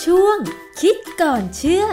ช่วงคิดก่อนเชื่อ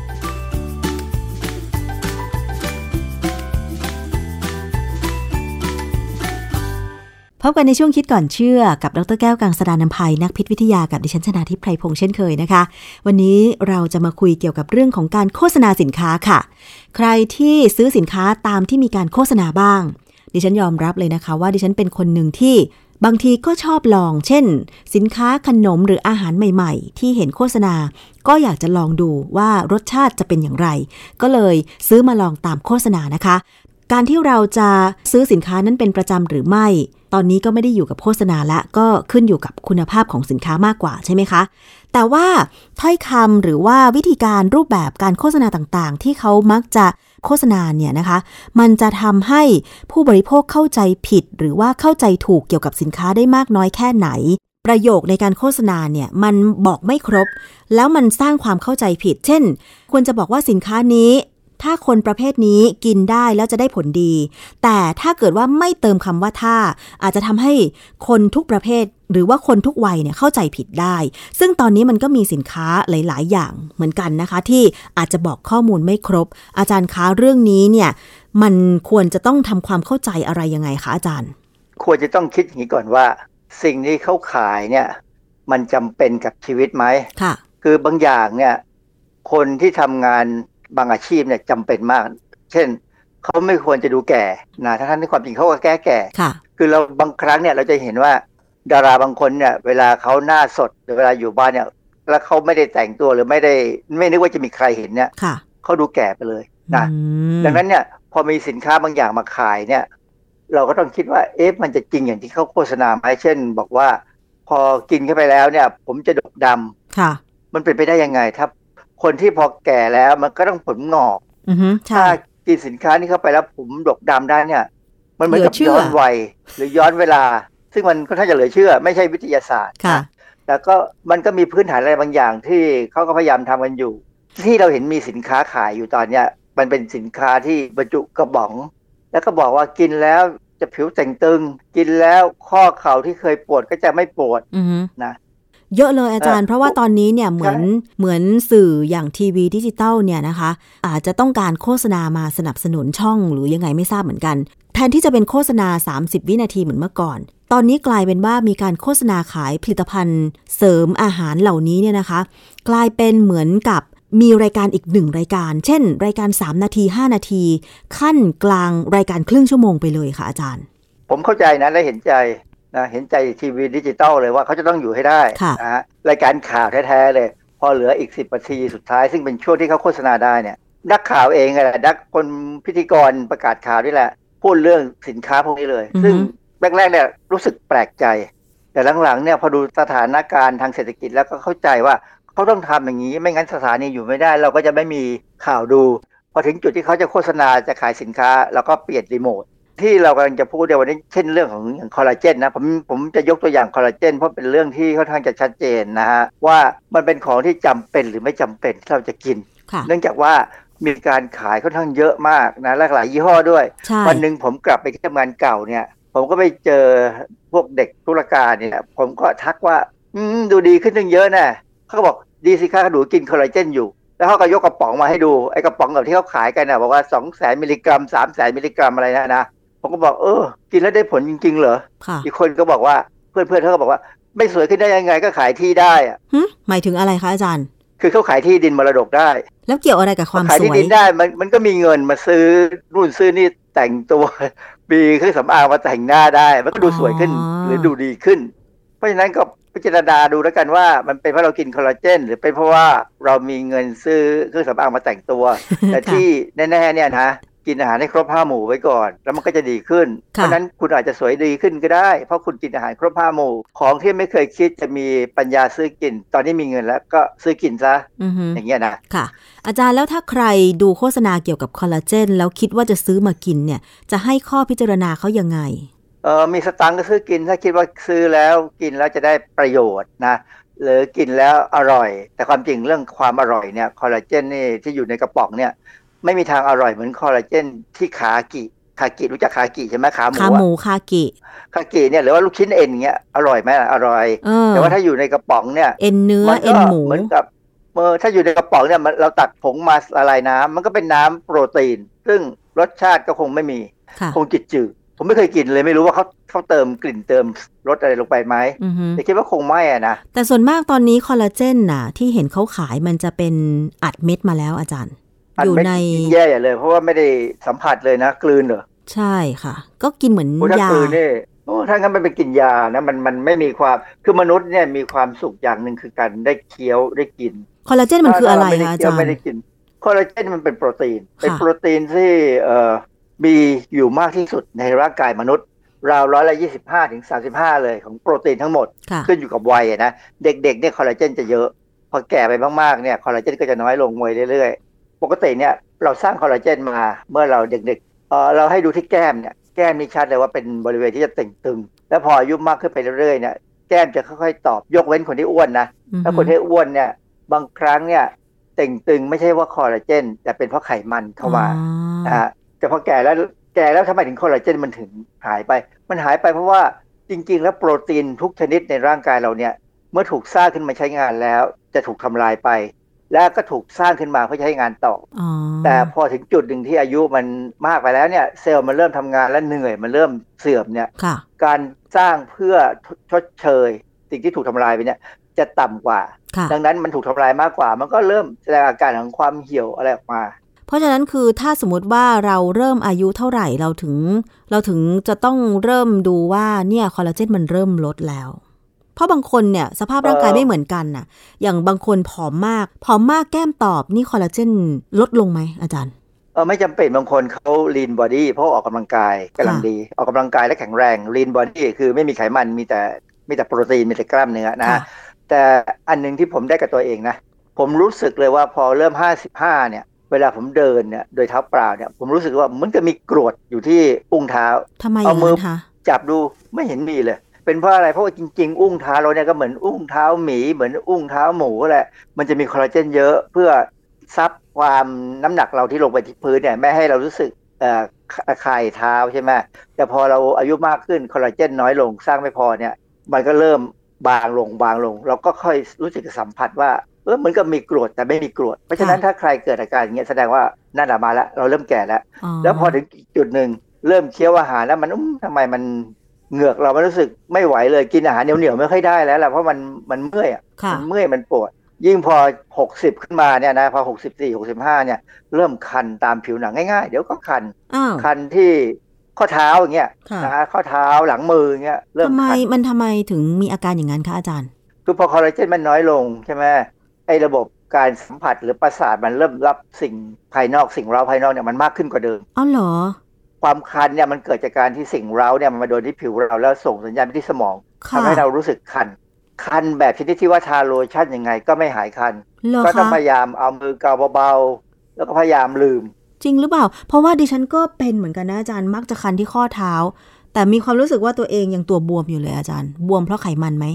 พบกันในช่วงคิดก่อนเชื่อกับดร.แก้วกังสดาลอำไพนักพิษวิทยากับดิฉันชนาทิพย์ไพรพงษ์เช่นเคยนะคะวันนี้เราจะมาคุยเกี่ยวกับเรื่องของการโฆษณาสินค้าค่ะใครที่ซื้อสินค้าตามที่มีการโฆษณาบ้างดิฉันยอมรับเลยนะคะว่าดิฉันเป็นคนหนึ่งที่บางทีก็ชอบลองเช่นสินค้าขนมหรืออาหารใหม่ๆที่เห็นโฆษณาก็อยากจะลองดูว่ารสชาติจะเป็นอย่างไรก็เลยซื้อมาลองตามโฆษณานะคะการที่เราจะซื้อสินค้านั้นเป็นประจำหรือไม่ตอนนี้ก็ไม่ได้อยู่กับโฆษณาและก็ขึ้นอยู่กับคุณภาพของสินค้ามากกว่าใช่ไหมคะแต่ว่าถ้อยคำหรือว่าวิธีการรูปแบบการโฆษณาต่างๆที่เขามักจะโฆษณาเนี่ยนะคะมันจะทำให้ผู้บริโภคเข้าใจผิดหรือว่าเข้าใจถูกเกี่ยวกับสินค้าได้มากน้อยแค่ไหนประโยคในการโฆษณาเนี่ยมันบอกไม่ครบแล้วมันสร้างความเข้าใจผิดเช่นควรจะบอกว่าสินค้านี้ถ้าคนประเภทนี้กินได้แล้วจะได้ผลดีแต่ถ้าเกิดว่าไม่เติมคำว่าถ้าอาจจะทำให้คนทุกประเภทหรือว่าคนทุกวัยเนี่ยเข้าใจผิดได้ซึ่งตอนนี้มันก็มีสินค้าหลายๆอย่างเหมือนกันนะคะที่อาจจะบอกข้อมูลไม่ครบอาจารย์คะเรื่องนี้เนี่ยมันควรจะต้องทำความเข้าใจอะไรยังไงคะอาจารย์ควรจะต้องคิดอย่างนี้ก่อนว่าสิ่งที่เขาขายเนี่ยมันจำเป็นกับชีวิตไหมค่ะคือบางอย่างเนี่ยคนที่ทำงานบางอาชีพเนี่ยจำเป็นมากเช่นเขาไม่ควรจะดูแก่นะทั้งที่ความจริงเขาก็แก่คือเราบางครั้งเนี่ยเราจะเห็นว่าดาราบางคนเนี่ยเวลาเขาหน้าสดหรือเวลาอยู่บ้านเนี่ยแล้วเขาไม่ได้แต่งตัวหรือไม่นึกว่าจะมีใครเห็นเนี่ยเขาดูแก่ไปเลยนะดังนั้นเนี่ยพอมีสินค้าบางอย่างมาขายเนี่ยเราก็ต้องคิดว่ามันจะจริงอย่างที่เขาโฆษณาไหมเช่นบอกว่าพอกินเข้าไปแล้วเนี่ยผมจะดกดำมันเป็นไปได้ยังไงถ้าคนที่พอแก่แล้วมันก็ต้องผมงอกถ้ากินสินค้านี้เข้าไปแล้วผมดกดำได้เนี่ยมันเหมือนกับย้อนวัยหรือย้อนเวลาซึ่งมันก็ถ้าจะเหลือเชื่อไม่ใช่วิทยาศาสตร์แต่ก็มันก็มีพื้นฐานอะไรบางอย่างที่เขาก็พยายามทำกันอยู่ที่เราเห็นมีสินค้าขายอยู่ตอนเนี้ยมันเป็นสินค้าที่บรรจุกระป๋องแล้วก็บอกว่ากินแล้วจะผิวแต่งตึงกินแล้วข้อเข่าที่เคยปวดก็จะไม่ปวดนะเยอะเลยอาจารย์เพราะว่าตอนนี้เนี่ยเหมือนสื่ออย่างทีวีดิจิตอลเนี่ยนะคะอาจจะต้องการโฆษณามาสนับสนุนช่องหรือยังไงไม่ทราบเหมือนกันแทนที่จะเป็นโฆษณา30วินาทีเหมือนเมื่อก่อนตอนนี้กลายเป็นว่ามีการโฆษณาขายผลิตภัณฑ์เสริมอาหารเหล่านี้เนี่ยนะคะกลายเป็นเหมือนกับมีรายการอีก1รายการเช่นรายการ3นาที5นาทีขั้นกลางรายการครึ่งชั่วโมงไปเลยค่ะอาจารย์ผมเข้าใจนะและเห็นใจทีวีดิจิตอลเลยว่าเขาจะต้องอยู่ให้ได้นะฮะรายการข่าวแท้ๆเลยพอเหลืออีก10นาทีสุดท้ายซึ่งเป็นช่วงที่เขาโฆษณาได้เนี่ยนักข่าวเองแหละนักคนพิธีกรประกาศข่าวนี่แหละพูดเรื่องสินค้าพวกนี้เลยซึ่งแรกๆเนี่ยรู้สึกแปลกใจแต่หลังๆเนี่ยพอดูสถานการณ์ทางเศรษฐกิจแล้วก็เข้าใจว่าเขาต้องทำอย่างนี้ไม่งั้นสถานีอยู่ไม่ได้เราก็จะไม่มีข่าวดูพอถึงจุดที่เขาจะโฆษณาจะขายสินค้าเราก็เปลี่ยนรีโมทที่เรากำลังจะพูดในวันนี้เช่นเรื่องของอย่างคอลลาเจนนะผมจะยกตัวอย่างคอลลาเจนเพราะเป็นเรื่องที่ค่อนข้างจะชัดเจนนะฮะว่ามันเป็นของที่จำเป็นหรือไม่จำเป็นที่เราจะกินเนื่องจากว่ามีการขายค่อนข้างเยอะมากนะหลากหลายยี่ห้อด้วยวันหนึ่งผมกลับไปที่ทำงานเก่าเนี่ยผมก็ไปเจอพวกเด็กธุรการเนี่ยผมก็ทักว่าดูดีขึ้นตั้งเยอะนะเขาก็บอกดีสิคะหนูกินคอลลาเจนอยู่แล้วเขาก็ยกกระป๋องมาให้ดูไอ้กระป๋องแบบที่เขาขายกันนะบอกว่า 200,000 มิลลิกรัม 300,000 มิลลิกรัมอะไรนะผมก็บอกกินแล้วได้ผลจริงๆเหรออีกคนก็บอกว่าเพื่อนๆเขาก็บอกว่าไม่สวยขึ้นได้ยังไงก็ขายที่ได้อะหมายถึงอะไรคะอาจารย์คือเขาขายที่ดินมรดกได้แล้วเกี่ยวอะไรกับความสวยขายที่ดินได้มันก็มีเงินมาซื้อนู่นซื้อนี่แต่งตัวมีเครื่องสำอางมาแต่งหน้าได้มันก็ดูสวยขึ้นหรือดูดีขึ้นเพราะฉะนั้นก็พิจารณาดูแล้วกันว่ามันเป็นเพราะเรากินคอลลาเจนหรือเป็นเพราะว่าเรามีเงินซื้อเครื่องสำอางมาแต่งตัว แต่ที่แน่ๆเนี่ยนะกินอาหารให้ครบ5หมู่ไว้ก่อนแล้วมันก็จะดีขึ้นเพราะนั้นคุณอาจจะสวยดีขึ้นก็ได้เพราะคุณกินอาหารครบ5หมู่ของที่ไม่เคยคิดจะมีปัญญาซื้อกินตอนนี้มีเงินแล้วก็ซื้อกินซะ อย่างเงี้ยนะค่ะอาจารย์แล้วถ้าใครดูโฆษณาเกี่ยวกับคอลลาเจนแล้วคิดว่าจะซื้อมากินเนี่ยจะให้ข้อพิจารณาเขายังไงมีสตังค์ก็ซื้อกินถ้าคิดว่าซื้อแล้วกินแล้วจะได้ประโยชน์นะหรือกินแล้วอร่อยแต่ความจริงเรื่องความอร่อยเนี่ยคอลลาเจนนี่ที่อยู่ในกระป๋องเนี่ยไม่มีทางอร่อยเหมือนคอลลาเจนที่คากิรู้จักคากิใช่ไหมขาหมูคากิเนี่ยหรือว่าลูกชิ้นเอ็นเงี้ยอร่อยไหมอร่อยแต่ว่าถ้าอยู่ในกระป๋องเนี่ยเอ็นเนื้อเอ็นหมูเหมือนกับถ้าอยู่ในกระป๋องเนี่ยเราตักผงมาละลายน้ำมันก็เป็นน้ำโปรตีนซึ่งรสชาติก็คงไม่มีคงจืดผมไม่เคยกินเลยไม่รู้ว่าเขาเติมกลิ่นเติมรสอะไรลงไปไหมแต่คิดว่าคงไม่อะนะแต่ส่วนมากตอนนี้คอลลาเจนน่ะที่เห็นเขาขายมันจะเป็นอัดเม็ดมาแล้วอาจารย์อยู่ในแย่เลยเพราะว่าไม่ได้สัมผัสเลยนะกลืนเหรอใช่ค่ะก็กินเหมือนยาถ้างั้นมันเป็นกินยานะมันไม่มีความคือมนุษย์เนี่ยมีความสุขอย่างหนึ่งคือการได้เคี้ยวได้กินคอลลาเจนมันคืออะไรคะอาจารย์ไม่ได้กินคอลลาเจนมันเป็นโปรตีนที่มีอยู่มากที่สุดในร่างกายมนุษย์ราว25%ถึง 35%เลยของโปรตีนทั้งหมดขึ้นอยู่กับวัยนะเด็กๆเนี่ยคอลลาเจนจะเยอะพอแก่ไปมากๆเนี่ยคอลลาเจนก็จะน้อยลงเรื่อยๆปกติเนี่ยเราสร้างคอลลาเจนมาเมื่อเราเด็กๆเราให้ดูที่แก้มเนี่ยแก้มนี่ชัดเลยว่าเป็นบริเวณที่จะเต่งตึงแล้วพออายุมากขึ้นไปเรื่อยๆเนี่ยแก้มจะค่อยๆตอบยกเว้นคนที่อ้วนนะถ้าคนที่อ้วนเนี่ยบางครั้งเนี่ยเต่งตึงไม่ใช่ว่าคอลลาเจนแต่เป็นเพราะไขมันเข้ามาแต่พอแก่แล้วทำไมถึงคอลลาเจนมันถึงหายไปมันหายไปเพราะว่าจริงๆแล้วโปรตีนทุกชนิดในร่างกายเราเนี่ยเมื่อถูกสร้างขึ้นมาใช้งานแล้วจะถูกทำลายไปแล้วก็ถูกสร้างขึ้นมาเพื่อใช้งานต่อแต่พอถึงจุดหนึ่งที่อายุมันมากไปแล้วเนี่ยเซลล์มันเริ่มทำงานและเหนื่อยมันเริ่มเสื่อมเนี่ยการสร้างเพื่อชดเชยสิ่งที่ถูกทำลายไปเนี่ยจะต่ำกว่าดังนั้นมันถูกทำลายมากกว่ามันก็เริ่มแสดงอาการของความเหี่ยวอะไรออกมาเพราะฉะนั้นคือถ้าสมมติว่าเราเริ่มอายุเท่าไหร่เราถึงจะต้องเริ่มดูว่าเนี่ยคอลลาเจนมันเริ่มลดแล้วเพราะบางคนเนี่ยสภาพร่างกายไม่เหมือนกันน่ะอย่างบางคนผอมมากแก้มตอบนี่คอลลาเจนลดลงไหมอาจารย์ไม่จำเป็นบางคนเขาลีนบอดี้เพราะออกกำลังกายกำลังดีออกกำลังกายและแข็งแรงลีนบอดี้คือไม่มีไขมันมีแต่โปรตีนมีแต่กล้ามเนื้อนะแต่อันนึงที่ผมได้กับตัวเองนะผมรู้สึกเลยว่าพอเริ่ม55เนี่ยเวลาผมเดินเนี่ยโดยเท้าเปล่าเนี่ยผมรู้สึกว่ามันจะมีกรวดอยู่ที่อุ้งเท้าเอามือจับดูไม่เห็นมีเลยเป็นเพราะอะไรเพราะว่าจริงๆอุ้งเท้าเราเนี่ยก็เหมือนอุ้งเท้าหมีเหมือนอุ้งเท้าหมูแหละมันจะมีคอลลาเจนเยอะเพื่อซับความน้ำหนักเราที่ลงไปที่พื้นเนี่ยไม่ให้เรารู้สึกคลายเท้าใช่ไหมแต่พอเราอายุมากขึ้นคอลลาเจนน้อยลงสร้างไม่พอเนี่ยมันก็เริ่มบางลงเราก็ค่อยรู้สึกสัมผัสว่าเหมือนกับมีกรวดแต่ไม่มีกรวดเพราะฉะนั้นถ้าใครเกิดอาการอย่างเงี้ยแสดงว่านั่นแหละมาแล้วเราเริ่มแก่แล้วพอถึงจุดหนึ่งเริ่มเคี้ยวอาหารแล้วมันทำไมมันเหงือกเราไม่รู้สึกไม่ไหวเลยกินอาหารเหนียวไม่ค่อยได้แล้วแหละเพราะมันเมื่อยมันเมื่อยมันปวดยิ่งพอ60ขึ้นมาเนี่ยนะพอ64 65เนี่ยเริ่มคันตามผิวหนังง่ายๆเดี๋ยวก็คันที่ข้อเท้าอย่างเงี้ยนะข้อเท้าหลังมืออย่างเงี้ยเริ่มคันทำไมถึงมีอาการอย่างนั้นคะอาจารย์คือพอคอลลาเจนมันน้อยลงใช่ไหมไอ้ระบบการสัมผัสหรือประสาทมันเริ่มรับสิ่งภายนอกสิ่งเร้าภายนอกเนี่ยมันมากขึ้นกว่าเดิมอ๋อเหรอความคันเนี่ยมันเกิดจากการที่สิ่งเร้าเนี่ยมันมาโดนที่ผิวเราแล้วส่งสัญญาณไปที่สมองทำให้เรารู้สึกคันแบบชนิดที่ว่าทาโลชั่นยังไงก็ไม่หายคันก็ต้องพยายามเอามือเกาเบาๆแล้วก็พยายามลืมจริงหรือเปล่าเพราะว่าดิฉันก็เป็นเหมือนกันนะอาจารย์มักจะคันที่ข้อเท้าแต่มีความรู้สึกว่าตัวเองยังตัวบวมอยู่เลยอาจารย์บวมเพราะไขมันไหม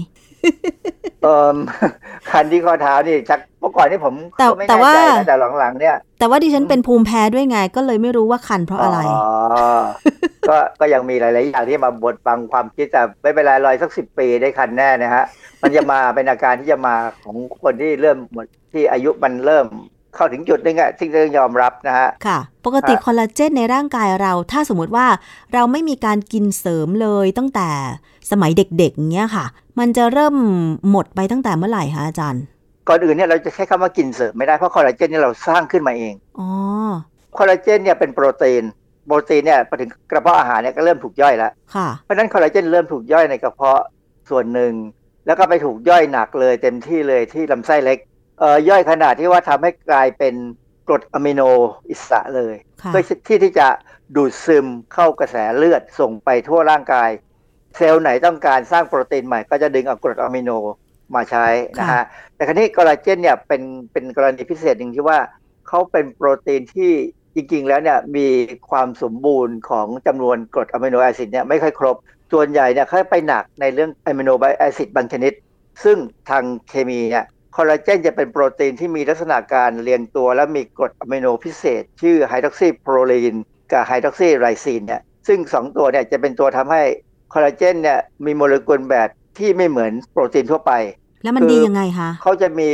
คันที่ข้อเท้านี่ชักเมื่อก่อนนี่ผมไม่แน่ใจแต่หลังๆเนี่ยแต่ว่าดิฉันเป็นภูมิแพ้ด้วยไงก็เลยไม่รู้ว่าคันเพราะอะไรก็ยังมีหลายๆอย่างที่มาบดบังความคิดแต่ไม่เป็นไรรอยสัก10 ปีได้คันแน่นะฮะมันจะมาเป็นอาการที่จะมาของคนที่เริ่มที่อายุมันเริ่มเข้าถึงจุดนึงอะที่ต้องยอมรับนะฮะค่ะปกติคอลลาเจนในร่างกายเราถ้าสมมติว่าเราไม่มีการกินเสริมเลยตั้งแต่สมัยเด็กๆอย่างเงี้ยค่ะมันจะเริ่มหมดไปตั้งแต่เมื่อไหร่คะอาจารย์ก่อนอื่นเนี่ยเราจะใช้คำว่ากินเสริมไม่ได้เพราะคอลลาเจนเนี่ยเราสร้างขึ้นมาเองคอลลาเจนเนี่ยเป็นโปรตีนเนี่ยพอถึงกระเพาะอาหารเนี่ยก็เริ่มถูกย่อยแล้วเพราะฉะนั้นคอลลาเจนเริ่มถูกย่อยในกระเพาะส่วนหนึ่งแล้วก็ไปถูกย่อยหนักเลยเต็มที่เลยที่ลำไส้เล็กย่อยขนาดที่ว่าทำให้กลายเป็นกรดอะมิโนอิสระเลยเพื่อที่จะดูดซึมเข้ากระแสเลือดส่งไปทั่วร่างกายเซลล์ไหนต้องการสร้างโปรตีนใหม่ก็จะดึงเอากรดอะมิโนมาใช้นะฮะแต่คราวนี้คอลลาเจนเนี่ยเป็นกรณีพิเศษหนึ่งที่ว่าเขาเป็นโปรตีนที่จริงๆแล้วเนี่ยมีความสมบูรณ์ของจำนวนกรดอะมิโนแอซิดเนี่ยไม่ค่อยครบส่วนใหญ่เนี่ยเขาไปหนักในเรื่องอะมิโนแอซิดบางชนิดซึ่งทางเคมีเนี่ยคอลลาเจนจะเป็นโปรตีนที่มีลักษณะการเรียงตัวและมีกรดอะมิโนพิเศษชื่อไฮดรอกซีโพรลีนกับไฮดรอกซีไรซีนเนี่ยซึ่ง2ตัวเนี่ยจะเป็นตัวทำให้คอลลาเจนเนี่ยมีโมเลกุลแบบที่ไม่เหมือนโปรตีนทั่วไปแล้วมันดียังไงคะเขาจะมี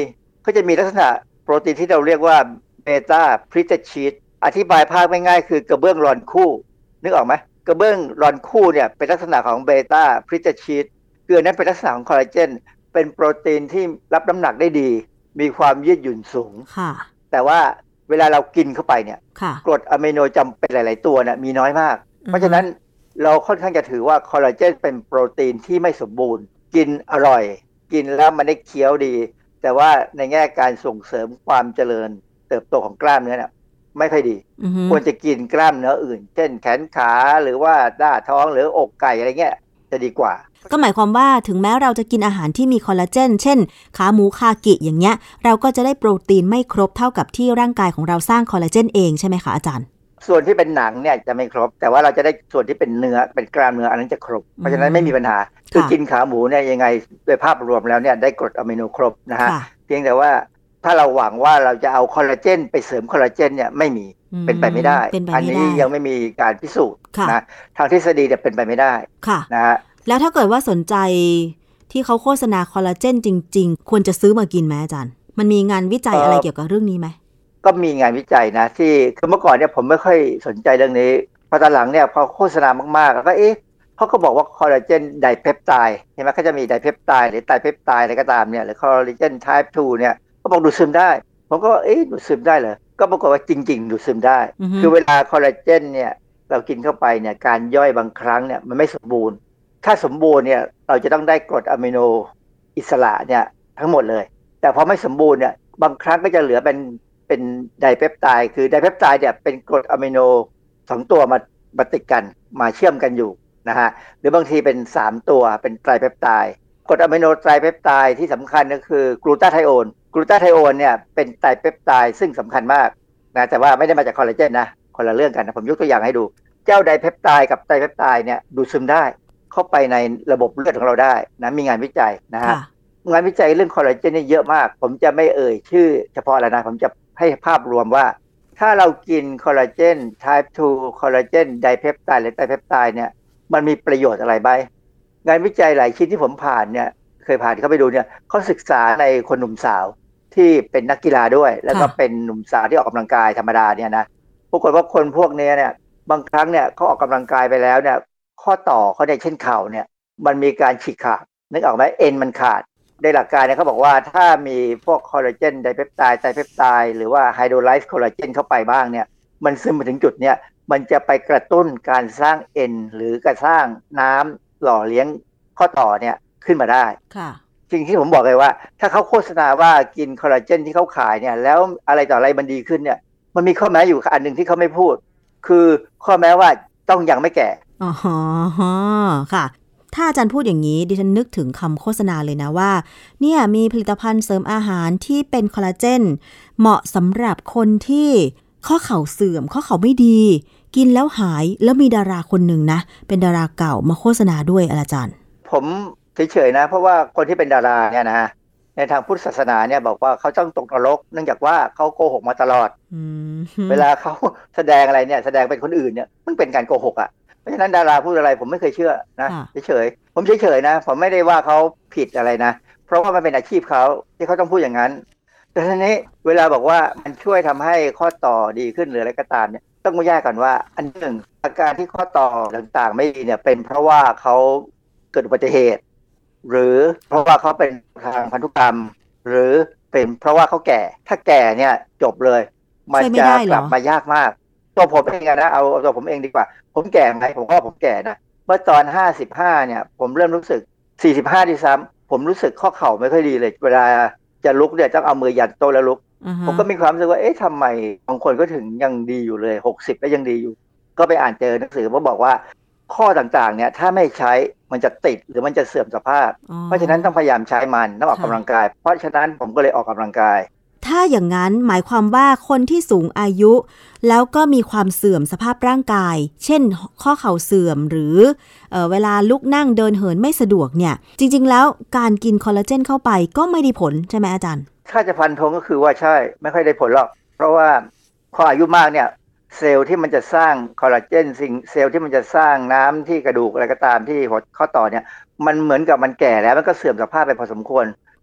ก็จะมีลักษณะโปรตีนที่เราเรียกว่าเบต้าพริตชีตอธิบายภาพง่ายๆคือกระเบื้องรอนคู่นึกออกไหมกระเบื้องรอนคู่เนี่ยเป็นลักษณะของเบต้าพริตชีตคือนั้นเป็นลักษณะของคอลลาเจนเป็นโปรตีนที่รับน้ำหนักได้ดีมีความยืดหยุ่นสูงแต่ว่าเวลาเรากินเข้าไปเนี่ยกรดอะมิโนจำเป็นหลายๆตัวเนี่ยมีน้อยมากเพราะฉะนั้นเราค่อนข้างจะถือว่าคอลลาเจนเป็นโปรตีนที่ไม่สมบูรณ์กินอร่อยกินแล้วมันได้เคี้ยวดีแต่ว่าในแง่การส่งเสริมความเจริญเติบโตของกล้ามเนื้อเนี่ยไม่ค่อยดีควรจะกินกล้ามเนื้ออื่นเช่นแขนขาหรือว่าหน้าท้องหรืออกไก่อะไรเงี้ยจะดีกว่าก็หมายความว่าถึงแม้เราจะกินอาหารที่มีคอลลาเจนเช่นขาหมูคากิอย่างเงี้ยเราก็จะได้โปรตีนไม่ครบเท่ากับที่ร่างกายของเราสร้างคอลลาเจนเองใช่ไหมคะอาจารย์ส่วนที่เป็นหนังเนี่ยจะไม่ครบแต่ว่าเราจะได้ส่วนที่เป็นเนื้อเป็นกล้ามเนื้ออันนั้นจะครบเพราะฉะนั้นไม่มีปัญหาคือกินขาหมูเนี่ยยังไงโดยภาพรวมแล้วเนี่ยได้กรดอะมิโนครบนะฮะเพียงแต่ว่าถ้าเราหวังว่าเราจะเอาคอลลาเจนไปเสริมคอลลาเจนเนี่ยไม่มีเป็นไปไม่ได้อันนี้ยังไม่มีการพิสูจน์นะทางทฤษฎีเนี่ยเป็นไปไม่ได้นะฮะแล้วถ้าเกิดว่าสนใจที่เขาโฆษณาคอลลาเจนจริงๆควรจะซื้อมากินไหมอาจารย์มันมีงานวิจัยอะไรเกี่ยวกับเรื่องนี้ไหมก็มีงานวิจัยนะที่คือเมื่อก่อนเนี่ยผมไม่ค่อยสนใจเรื่องนี้พอตอนหลังเนี่ยพอโฆษณามากๆแล้วก็เขาก็บอกว่าคอลลาเจนไดเพปไทด์เห็นไหมเขาจะมีไดเพปไทด์หรือไตรเพปไทด์อะไรก็ตามเนี่ยหรือคอลลาเจนไทป์2เนี่ยก็บอกดูดซึมได้ผมก็ดูดซึมได้เหรอก็ปรากฏว่าจริงๆดูดซึมได้คือเวลาคอลลาเจนเนี่ยเรากินเข้าไปเนี่ยการย่อยบางครั้งเนี่ยมันไม่สมบูรณ์ถ้าสมบูรณ์เนี่ยเราจะต้องได้กรดอะมิโนอิสระเนี่ยทั้งหมดเลยแต่พอไม่สมบูรณ์เนี่ยบางครั้งก็จะเหลือเป็นไดเพปไทด์คือไดเพปไทด์เนี่ยเป็นกรดอะมิโน2ตัวมาติดกันมาเชื่อมกันอยู่นะฮะหรือบางทีเป็น3ตัวเป็นไตรเพปไทด์กรดอะมิโนไตรเพปไทด์ที่สำคัญก็คือกลูตาไทโอนเนี่ยเป็นไตรเพปไทด์ซึ่งสำคัญมากนะแต่ว่าไม่ได้มาจากคอลลาเจนนะคนละเรื่องกันนะผมยกตัวอย่างให้ดูเจ้าไดเพปไทด์กับไตรเพปไทด์เนี่ยดูดซึมได้เข้าไปในระบบเลือดของเราได้นะมีงานวิจัยนะฮะงานวิจัยเรื่องคอลลาเจนนี่เยอะมากผมจะไม่ชื่อเฉพาะแล้วนะผมจะให้ภาพรวมว่าถ้าเรากินคอลลาเจน type 2 คอลลาเจนไดเพปไทด์หรือไตรเพปไทด์เนี่ยมันมีประโยชน์อะไรบ้างงานวิจัยหลายชิ้นที่ผมผ่านเนี่ยเคยผ่านเข้าไปดูเนี่ยเขาศึกษาในคนหนุ่มสาวที่เป็นนักกีฬาด้วยแล้วก็เป็นหนุ่มสาวที่ออกกำลังกายธรรมดาเนี่ยนะปรากฏว่าคนพวกนี้เนี่ยบางครั้งเนี่ยเขาออกกำลังกายไปแล้วเนี่ยข้อต่อเขาในเช่นเข่าเนี่ยมันมีการฉีกขาดนึกออกไหมเอ็นมันขาดในหลักการเนี่ยเขาบอกว่าถ้ามีพวกคอลลาเจนไดเพปไทด์ไตรเพปไทด์หรือว่าไฮโดรไลซ์คอลลาเจนเข้าไปบ้างเนี่ยมันซึมมาถึงจุดเนี่ยมันจะไปกระตุ้นการสร้างเอ็นหรือกระสร้างน้ำหล่อเลี้ยงข้อต่อเนี่ยขึ้นมาได้สิ่งที่ผมบอกเลยว่าถ้าเขาโฆษณาว่ากินคอลลาเจนที่เขาขายเนี่ยแล้วอะไรต่ออะไรมันดีขึ้นเนี่ยมันมีข้อแม้อยู่อันหนึ่งที่เขาไม่พูดคือข้อแม้ว่าต้องยังไม่แก่อ๋อค่ะถ้าอาจารย์พูดอย่างนี้ดิฉันนึกถึงคำโฆษณาเลยนะว่าเนี่ยมีผลิตภัณฑ์เสริมอาหารที่เป็นคอลลาเจนเหมาะสำหรับคนที่ข้อเข่าเสื่อมข้อเข่าไม่ดีกินแล้วหายแล้วมีดาราคนหนึ่งนะเป็นดาราเก่ามาโฆษณาด้วยอาจารย์ผมเฉยๆนะเพราะว่าคนที่เป็นดาราเนี่ยนะในทางพุทธศาสนาเนี่ยบอกว่าเขาต้องตกนรกเนื่องจากว่าเขาโกหกมาตลอดเวลาเขาแสดงอะไรเนี่ยแสดงเป็นคนอื่นเนี่ยมันเป็นการโกหกอ่ะเพราะฉะนั้นดาราพูดอะไรผมไม่เคยเชื่อนะเฉยๆผมเฉยๆนะผมไม่ได้ว่าเขาผิดอะไรนะเพราะว่ามันเป็นอาชีพเขาที่เขาต้องพูดอย่างนั้นแต่ทีนี้เวลาบอกว่ามันช่วยทำให้ข้อต่อดีขึ้นหรืออะไรก็ตามเนี่ยต้องมาแยกกันว่าอันหนึ่งอาการที่ข้อต่อต่างๆไม่ดีเนี่ยเป็นเพราะว่าเขาเกิดอุบัติเหตุหรือเพราะว่าเขาเป็นทางพันธุกรรมหรือเป็นเพราะว่าเขาแก่ถ้าแก่เนี่ยจบเลยมันจะกลับมายากมากตัวผมเองนะเอาตัวผมเองดีกว่าผมแก่ไหมผมก็ผมแก่นะเมื่อตอน55เนี่ยผมเริ่มรู้สึก45ด้วยซ้ำผมรู้สึกข้อเข่าไม่ค่อยดีเลยเวลาจะลุกเนี่ยต้องเอามือยันโต๊ะแล้วลุกผมก็มีความรู้สึกว่าทำไมบางคนก็ถึงยังดีอยู่เลย60แล้วยังดีอยู่ก็ไปอ่านเจอหนังสือมาบอกว่าข้อต่างๆเนี่ยถ้าไม่ใช้มันจะติดหรือมันจะเสื่อมสภาพเพราะฉะนั้นต้องพยายามใช้มันต้องออกกำลังกายเพราะฉะนั้นผมก็เลยออกกำลังกายถ้าอย่างนั้นหมายความว่าคนที่สูงอายุแล้วก็มีความเสื่อมสภาพร่างกายเช่นข้อเข่าเสื่อมหรือเวลาลุกนั่งเดินเหินไม่สะดวกเนี่ยจริงๆแล้วการกินคอลลาเจนเข้าไปก็ไม่ได้ผลใช่ไหมอาจารย์ถ้าจะฟันธงก็คือว่าใช่ไม่ค่อยได้ผลหรอกเพราะว่าพออายุมากเนี่ยเซลล์ที่มันจะสร้างคอลลาเจนเซลล์ที่มันจะสร้างน้ำที่กระดูกอะไรก็ตามที่ข้อต่อเนี่ยมันเหมือนกับมันแก่แล้วมันก็เสื่อมสภาพไปพอสมควร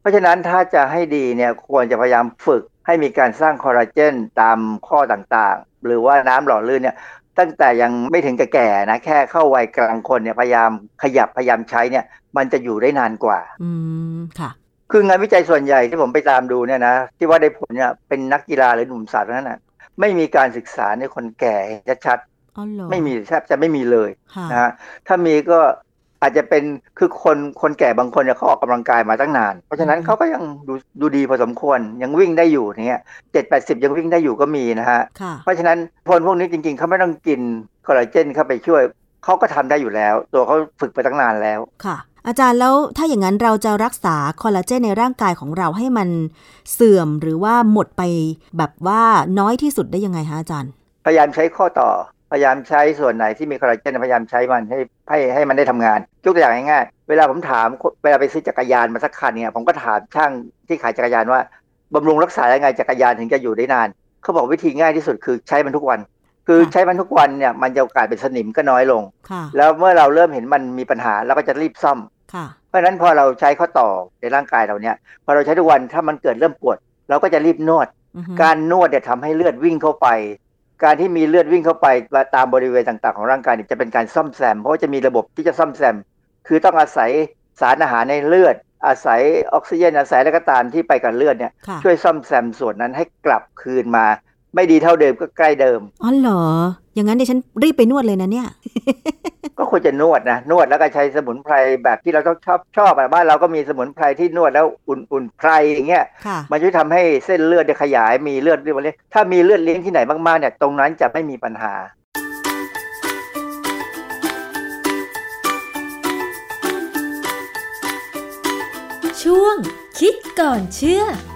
เพราะฉะนั้นถ้าจะให้ดีเนี่ยควรจะพยายามฝึกให้มีการสร้างคอลลาเจนตามข้อต่างๆหรือว่าน้ำหล่อลื่นเนี่ยตั้งแต่ยังไม่ถึงแก่นะแค่เข้าวัยกลางคนเนี่ยพยายามขยับพยายามใช้เนี่ยมันจะอยู่ได้นานกว่าค่ะคืองานวิจัยส่วนใหญ่ที่ผมไปตามดูเนี่ยนะที่ว่าได้ผลเนี่ยเป็นนักกีฬาหรือหนุ่มสาวนั้นนะไม่มีการศึกษาในคนแก่ชัดๆไม่มีแทบจะไม่มีเลยนะฮะถ้ามีก็อาจจะเป็นคือคนแก่บางคนเนี่ยเขาออกกำลังกายมาตั้งนานเพราะฉะนั้นเขาก็ยังดูดีพอสมควรยังวิ่งได้อยู่เนี่ย70-80ยังวิ่งได้อยู่ก็มีนะฮะเพราะฉะนั้นคนพวกนี้จริงๆเขาไม่ต้องกินคอลลาเจนเข้าไปช่วยเขาก็ทำได้อยู่แล้วตัวเขาฝึกไปตั้งนานแล้วค่ะอาจารย์แล้วถ้าอย่างนั้นเราจะรักษาคอลลาเจนในร่างกายของเราให้มันเสื่อมหรือว่าหมดไปแบบว่าน้อยที่สุดได้ยังไงคะอาจารย์พยายามใช้ข้อต่อพยายามใช้ส่วนไหนที่มีคอลลาเจนพยายามใช้มันให้มันได้ทำงานยกตัวอย่างง่ายๆเวลาผมถามเวลาไปซื้อจักรยานมาสักคันเนี่ยผมก็ถามช่างที่ขายจักรยานว่าบำรุงรักษายังไงจักรยานถึงจะอยู่ได้นานเขาบอกวิธีง่ายที่สุดคือใช้มันทุกวันคือใช้มันทุกวันเนี่ยมันจะโอกาสเป็นสนิมก็น้อยลงแล้วเมื่อเราเริ่มเห็นมันมีปัญหาเราก็จะรีบซ่อมเพราะฉะนั้นพอเราใช้ข้อต่อในร่างกายเราเนี่ยพอเราใช้ทุกวันถ้ามันเกิดเริ่มปวดเราก็จะรีบนวดการนวดเนี่ยทำให้เลือดวิ่งเข้าไปการที่มีเลือดวิ่งเข้าไปตามบริเวณต่างๆของร่างกายจะเป็นการซ่อมแซมเพราะว่าจะมีระบบที่จะซ่อมแซมคือต้องอาศัยสารอาหารในเลือดอาศัยออกซิเจนอาศัยอะไรก็ตามที่ไปกับเลือดเนี่ยช่วยซ่อมแซมส่วนนั้นให้กลับคืนมาไม่ดีเท่าเดิมก็ใกล้เดิมอ๋อเหรออย่างนั้นดิฉันรีบไปนวดเลยนะเนี่ยก็ควรจะนวดนะนวดแล้วก็ใช้สมุนไพรแบบที่เราต้องชอบบ้านเราก็มีสมุนไพรที่นวดแล้วอุ่นไพรอย่างเงี้ยมันช่วยทำให้เส้นเลือดขยายมีเลือดเลี้ยงถ้ามีเลือดเลี้ยงที่ไหนมากๆเนี่ยตรงนั้นจะไม่มีปัญหาช่วงคิดก่อนเชื่อ